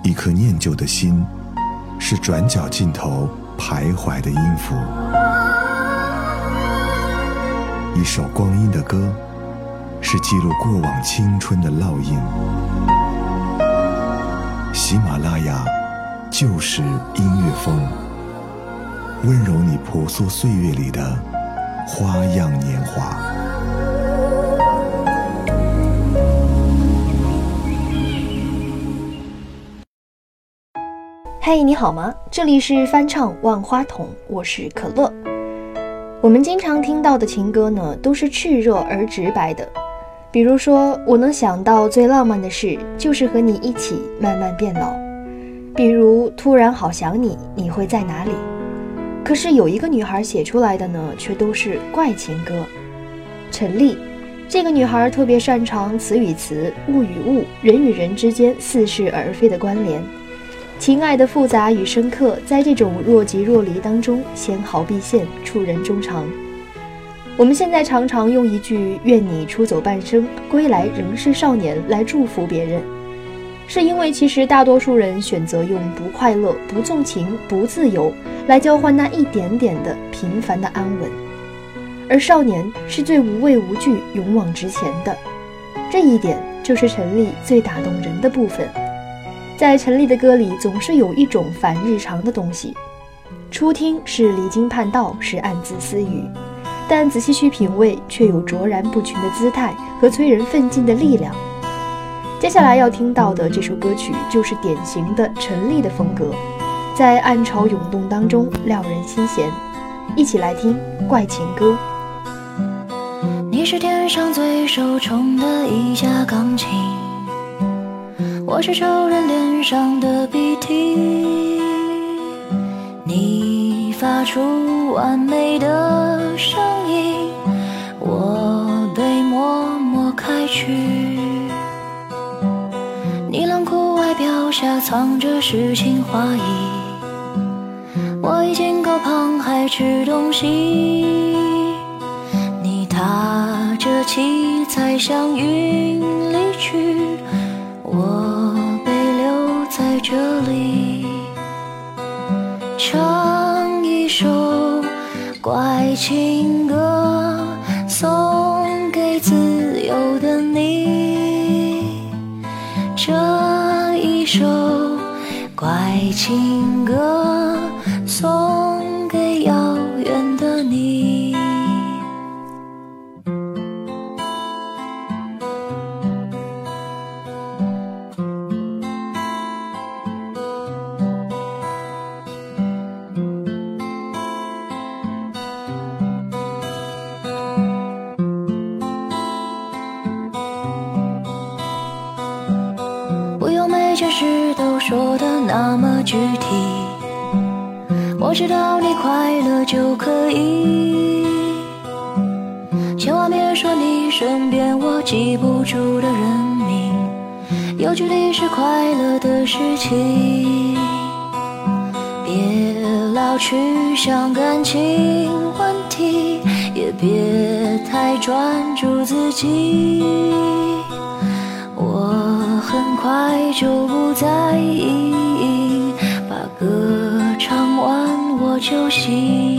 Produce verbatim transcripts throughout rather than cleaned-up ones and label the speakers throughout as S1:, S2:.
S1: 一颗念旧的心，是转角尽头徘徊的音符。一首光阴的歌，是记录过往青春的烙印。喜马拉雅就是音乐风，温柔你婆娑岁月里的花样年华。
S2: 嘿，你好吗？这里是翻唱万花筒，我是可乐。我们经常听到的情歌呢，都是炽热而直白的。比如说，我能想到最浪漫的事，就是和你一起慢慢变老。比如，突然好想你，你会在哪里？可是有一个女孩写出来的呢，却都是怪情歌。陈丽，这个女孩特别擅长词与词、物与物、人与人之间似是而非的关联。情爱的复杂与深刻，在这种若即若离当中纤毫毕现，触人衷肠。我们现在常常用一句愿你出走半生，归来仍是少年来祝福别人，是因为其实大多数人选择用不快乐、不纵情、不自由来交换那一点点的平凡的安稳，而少年是最无畏无惧、勇往直前的。这一点就是陈丽最打动人的部分。在陈丽的歌里，总是有一种反日常的东西。初听是离经叛道，是暗自私语，但仔细去品味，却有卓然不群的姿态和催人奋进的力量。接下来要听到的这首歌曲，就是典型的陈丽的风格，在暗潮涌动当中撩人心弦。一起来听《怪情歌》。
S3: 你是天上最受宠的一架钢琴，我是仇人脸上的鼻涕，你发出完美的声音，我被默默开去。你冷酷外表下藏着诗情画意，我已经够胖还吃东西。你踏着七彩祥云离去，我被留在这里，唱一首怪情歌，送给自由的你。这一首怪情歌，送给遥远的你。每件事都说得那么具体，我知道你快乐就可以，千万别说你身边我记不住的人名，有距离是快乐的事情。别老去想感情问题，也别太专注自己，我很快就不在意，把歌唱完我就醒。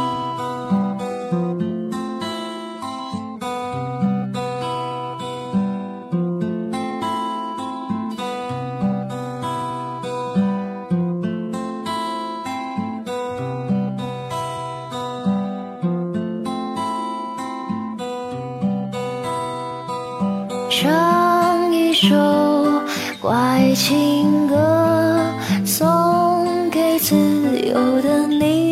S3: 唱一首怪情歌，送给自由的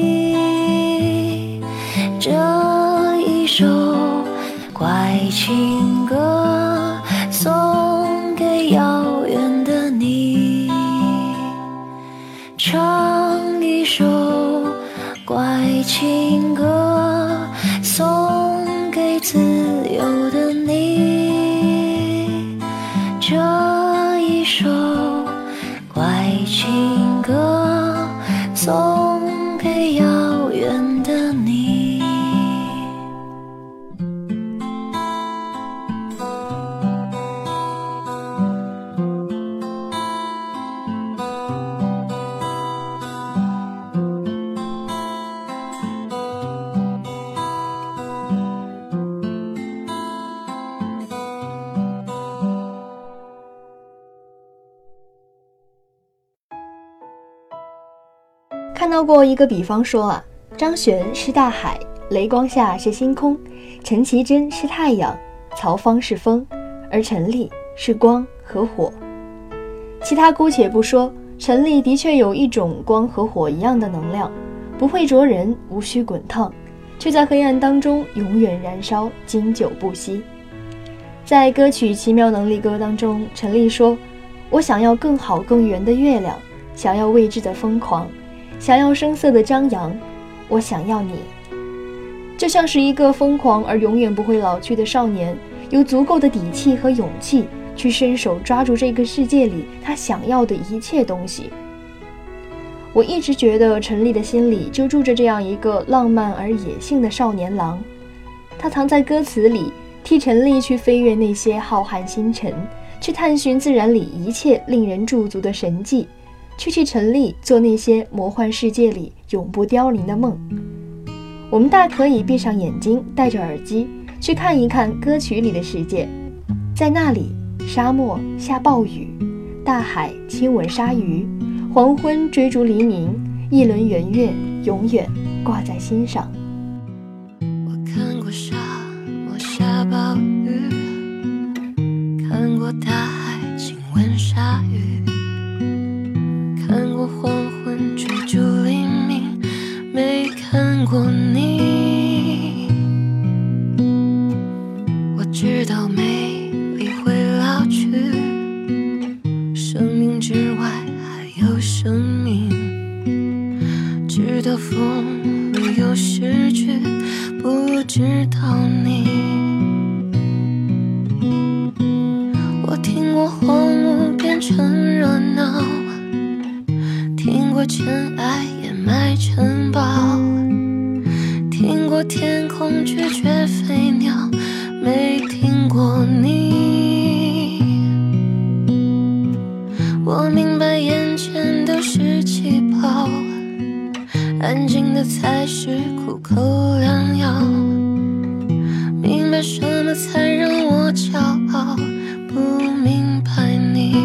S3: 你。这一首怪情歌，送给遥远的你。唱一首怪情歌，送给自由的你。这一首怪情歌，送给遥远的你。
S2: 看到过一个比方说啊，张悬是大海，雷光夏是星空，陈绮贞是太阳，曹芳是风，而陈粒是光和火。其他姑且不说，陈粒的确有一种光和火一样的能量，不会灼人，无需滚烫，却在黑暗当中永远燃烧，经久不息。在歌曲《奇妙能力歌》当中，陈粒说，我想要更好更圆的月亮，想要未知的疯狂，想要声色的张扬，我想要你。就像是一个疯狂而永远不会老去的少年，有足够的底气和勇气去伸手抓住这个世界里他想要的一切东西。我一直觉得陈粒的心里就住着这样一个浪漫而野性的少年郎，他藏在歌词里，替陈粒去飞越那些浩瀚星辰，去探寻自然里一切令人驻足的神迹，去替陈粒做那些魔幻世界里永不凋零的梦。我们大可以闭上眼睛，戴着耳机，去看一看歌曲里的世界。在那里，沙漠下暴雨，大海亲吻鲨鱼，黄昏追逐黎明，一轮圆月永远挂在心上。
S3: 我看过沙漠下暴雨，看过大海亲吻鲨鱼，看过黄昏追逐黎明，没看过你。我知道美丽会老去，生命之外还有生命，知道风里有诗句，不知道你。我听过荒芜变成热闹，听过尘埃掩埋城堡，听过天空拒绝飞鸟，没听过你。我明白眼前都是气泡，安静的才是苦口良药，明白什么才让我骄傲，不明白你。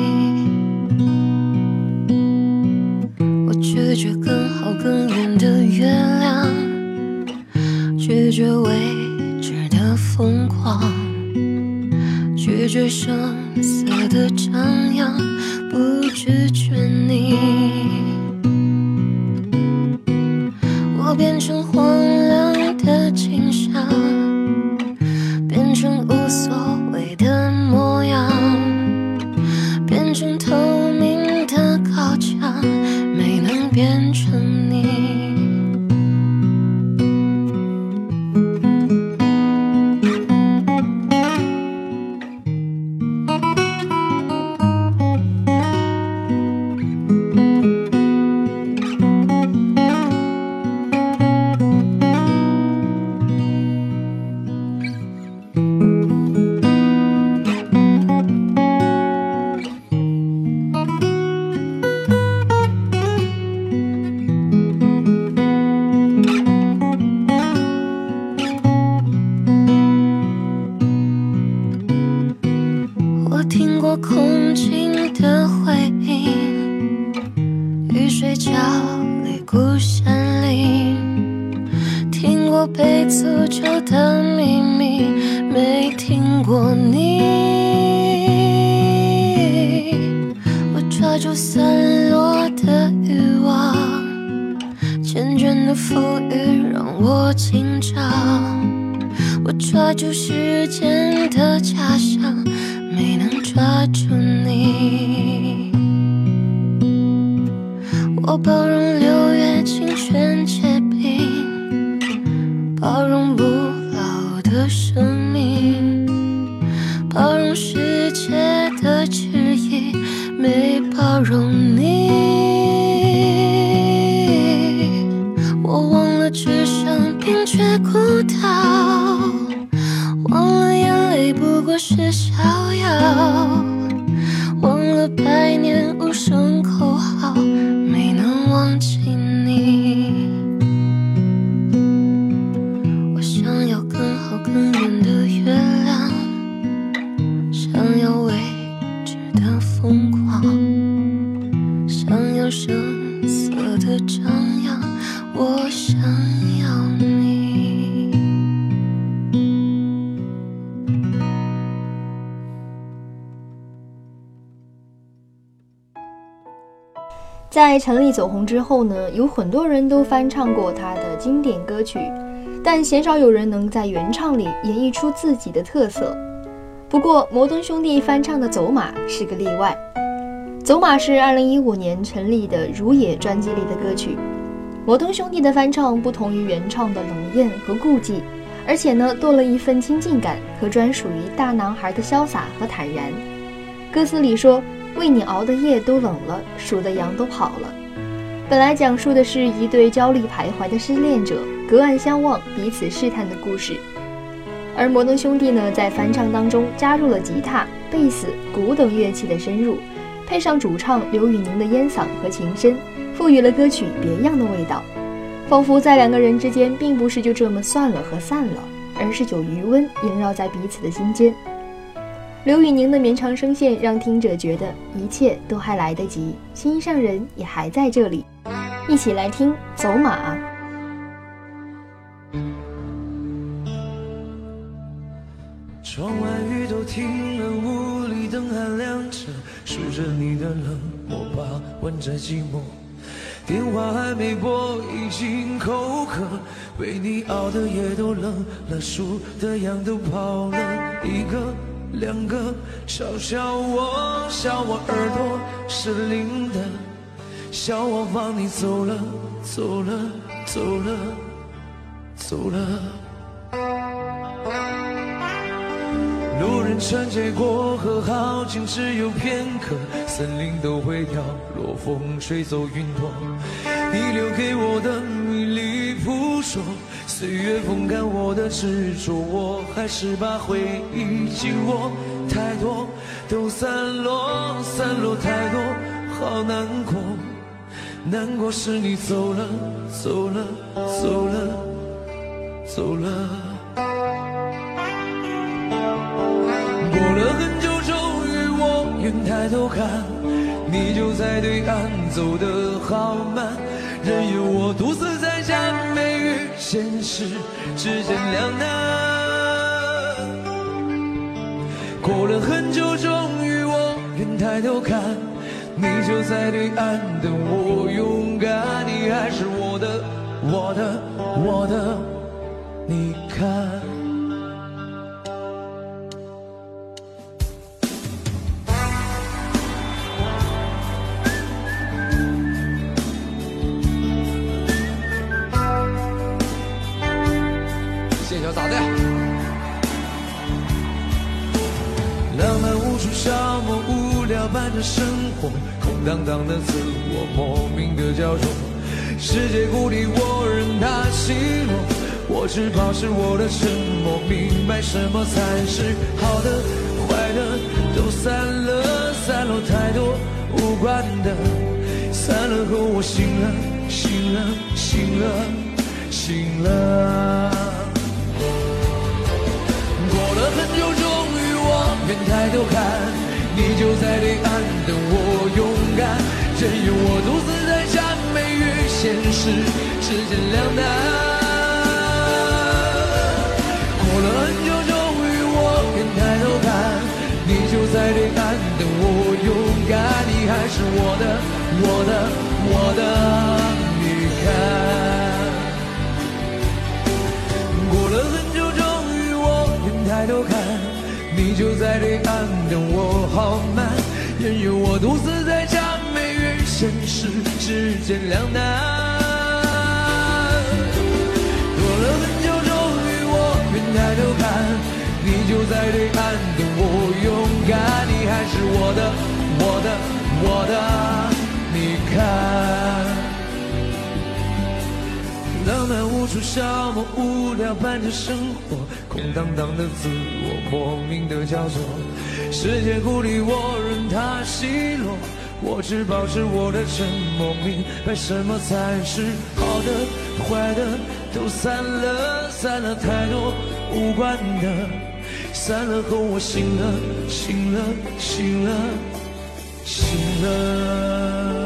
S3: 我拒绝更好更圆的月亮，拒绝未知的疯狂，拒绝声色的张扬，不拒绝你。我变成荒凉的景象，变成无所谓的模样，变成透明的高墙，没能变成你。听过空境的回音，雨水浇绿孤山林，听过被诅咒的秘密，没听过你。我抓住散落的欲望，缱绻的浮语让我紧张，我抓住时间的假象，没能抓住你。我包容六月清泉结冰，包容不老的生命，包容世界的质疑，没包容你。我忘了只剩冰却孤岛，忘了眼泪不过是逍遥，忘了百年无声口号，没能忘记你。我想要更好更圆的月亮，想要未知的疯狂，想要声色的张扬，
S2: 在陈粒走红之后呢，有很多人都翻唱过她的经典歌曲，但鲜少有人能在原唱里演绎出自己的特色。不过摩登兄弟翻唱的《走马》是个例外。《走马》是二零一五年陈粒的《如也》专辑里的歌曲。摩登兄弟的翻唱不同于原唱的冷艳和顾忌，而且呢多了一份亲近感和专属于大男孩的潇洒和坦然。歌词里说，为你熬的夜都冷了，数的羊都跑了。本来讲述的是一对焦虑徘徊的失恋者隔岸相望，彼此试探的故事。而摩登兄弟呢，在翻唱当中加入了吉他、贝斯、鼓等乐器的深入，配上主唱刘宇宁的烟嗓和琴声，赋予了歌曲别样的味道，仿佛在两个人之间并不是就这么算了和散了，而是有余温萦绕在彼此的心间。刘宇宁的绵长声线让听者觉得一切都还来得及，心上人也还在这里。一起来听《走马》。
S4: 窗外雨都停了，屋里灯还亮着，数着你的冷漠吧，问着寂寞。电话还没拨，已经口渴，为你熬的夜都冷了，数的羊都跑了，一个两个，嘲笑我，笑我耳朵是灵的，笑我放你走了，走了，走了，走了。路人穿街过河，好景只有片刻，森林都会掉落，风吹走云朵。你留给我的迷离扑朔，岁月风干我的执着，我还是把回忆紧握。太多都散落，散落太多，好难过。难过是你走了，走了，走了，走了。过了很久，终于我愿抬头看，你就在对岸，走得好慢，任由我独自在家，梅雨现实之间两难。过了很久，终于我愿抬头看，你就在对岸等我勇敢，你还是我的，我的，我的，你看。
S5: 咋的？
S4: 浪漫无处消磨，无聊伴着生活，空荡荡的自我，莫名的焦灼。世界孤立我，任它奚落，我只保持我的沉默，明白什么才是好的，坏的都散了，散落太多无关的，散了后我醒了，醒了，醒了，醒了。过了很久，终于我愿抬头看，你就在对岸等我勇敢，任由我独自在家，梅雨现实之间两难。过了很久，终于我愿抬头看，你就在对岸等我勇敢，你还是我的，我的，我的，你看。过了很久，终于我抬头看，你就在对岸等我好慢，任由我独自在家，梅雨现实之间两难。过了很久，终于我愿抬头看，你就在对岸等我勇敢，你还是我的，我的，我的，你看。浪漫无处消磨，无聊伴着生活，空荡荡的自我，莫名的焦灼。世界孤立我，任它奚落，我只保持我的沉默，明白什么才是好的，坏的都散了，散了太多无关的，散了后我醒了，醒了，醒了，醒了。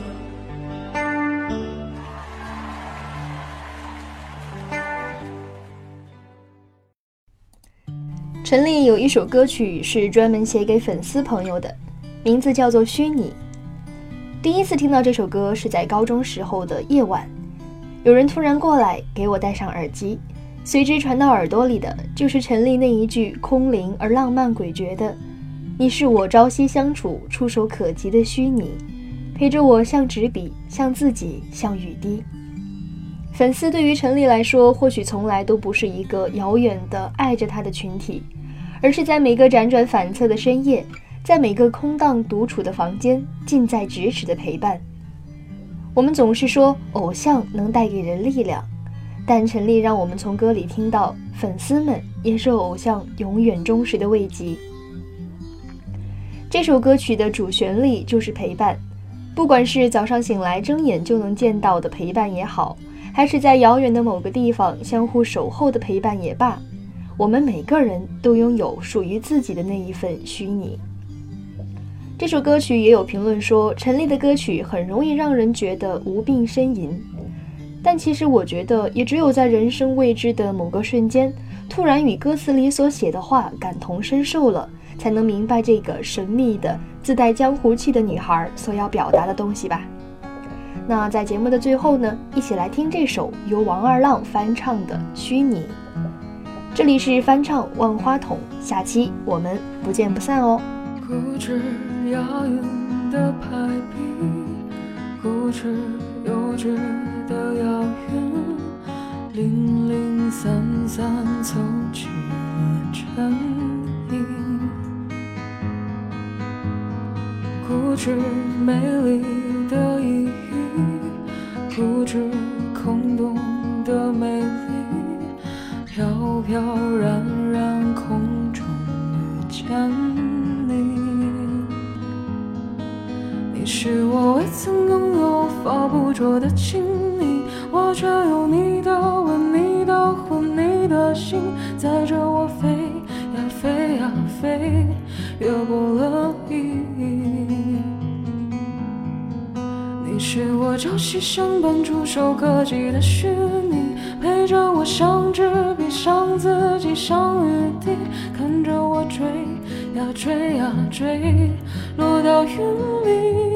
S2: 陈粒有一首歌曲是专门写给粉丝朋友的，名字叫做《虚拟》。 第一次听到这首歌是在高中时候的夜晚，有人突然过来给我戴上耳机，随之传到耳朵里的就是陈粒那一句空灵而浪漫诡谲的你是我朝夕相处触手可及的虚拟，陪着我像纸笔，像自己，像雨滴。粉丝对于陈粒来说，或许从来都不是一个遥远的爱着他的群体，而是在每个辗转反侧的深夜，在每个空荡独处的房间，近在咫尺的陪伴。我们总是说偶像能带给人力量，但陈粒让我们从歌里听到，粉丝们也是偶像永远忠实的慰藉。这首歌曲的主旋律就是陪伴，不管是早上醒来睁眼就能见到的陪伴也好，还是在遥远的某个地方相互守候的陪伴也罢，我们每个人都拥有属于自己的那一份虚拟。这首歌曲也有评论说，陈粒的歌曲很容易让人觉得无病呻吟，但其实我觉得也只有在人生未知的某个瞬间，突然与歌词里所写的话感同身受了，才能明白这个神秘的自带江湖气的女孩所要表达的东西吧。那在节目的最后呢，一起来听这首由王二浪翻唱的《虚拟》。这里是翻唱万花筒，下期我们不见不散哦。
S5: 固执押韵的排比，固执幼稚的遥远，零零散散凑齐了衬衣，固执美丽的意义，固执空洞的美丽，飘飘然然空中遇见你。你是我未曾拥有发不着的亲昵，我却有你的吻，你的魂，你的心，载着我飞呀飞呀飞，越过了意义。你是我朝夕相伴触手可及的虚拟，陪着我像纸笔，像自己，像雨滴，看着我追呀追呀追，落到云里。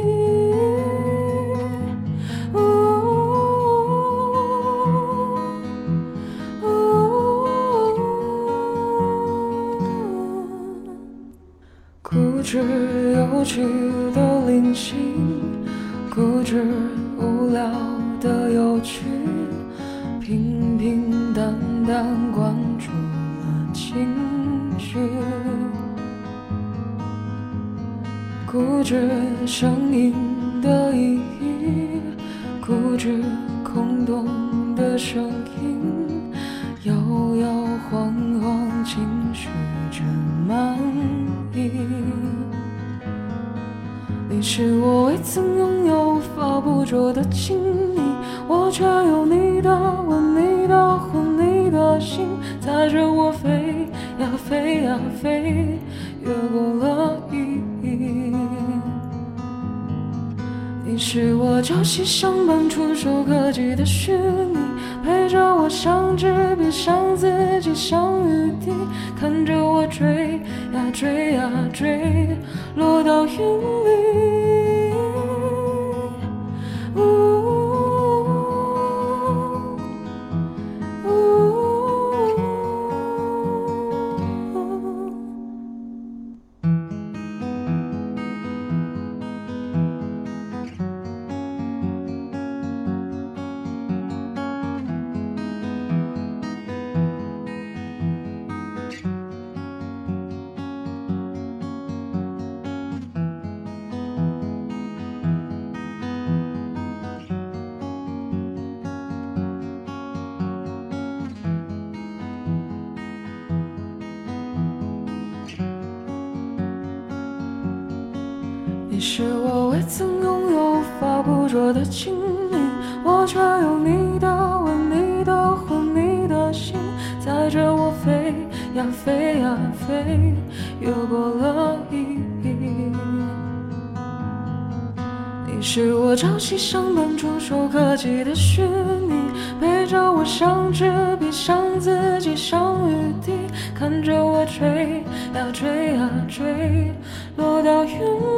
S5: 固执有趣的灵性，固执无聊的有趣，平平淡淡关注了情绪，固执声音的意义，固执空洞的声音，摇摇晃晃情绪真满意。你是我未曾拥有发不着的亲昵，我却有你的吻，你的魂，你的心，载着我飞呀飞呀飞，越过了意义。你是我朝夕相伴触手可及的虚拟，陪着我像纸笔，像自己，像雨滴，看着我追呀追呀追，落到云里。你是我未曾拥有发不着的亲昵，我却有你的吻，你的魂，你的心，载着我飞呀飞呀飞，越过了意义。你是我朝夕相伴触手可及的虚拟，陪着我像纸笔，像自己，像雨滴，看着我追呀追呀追，落到云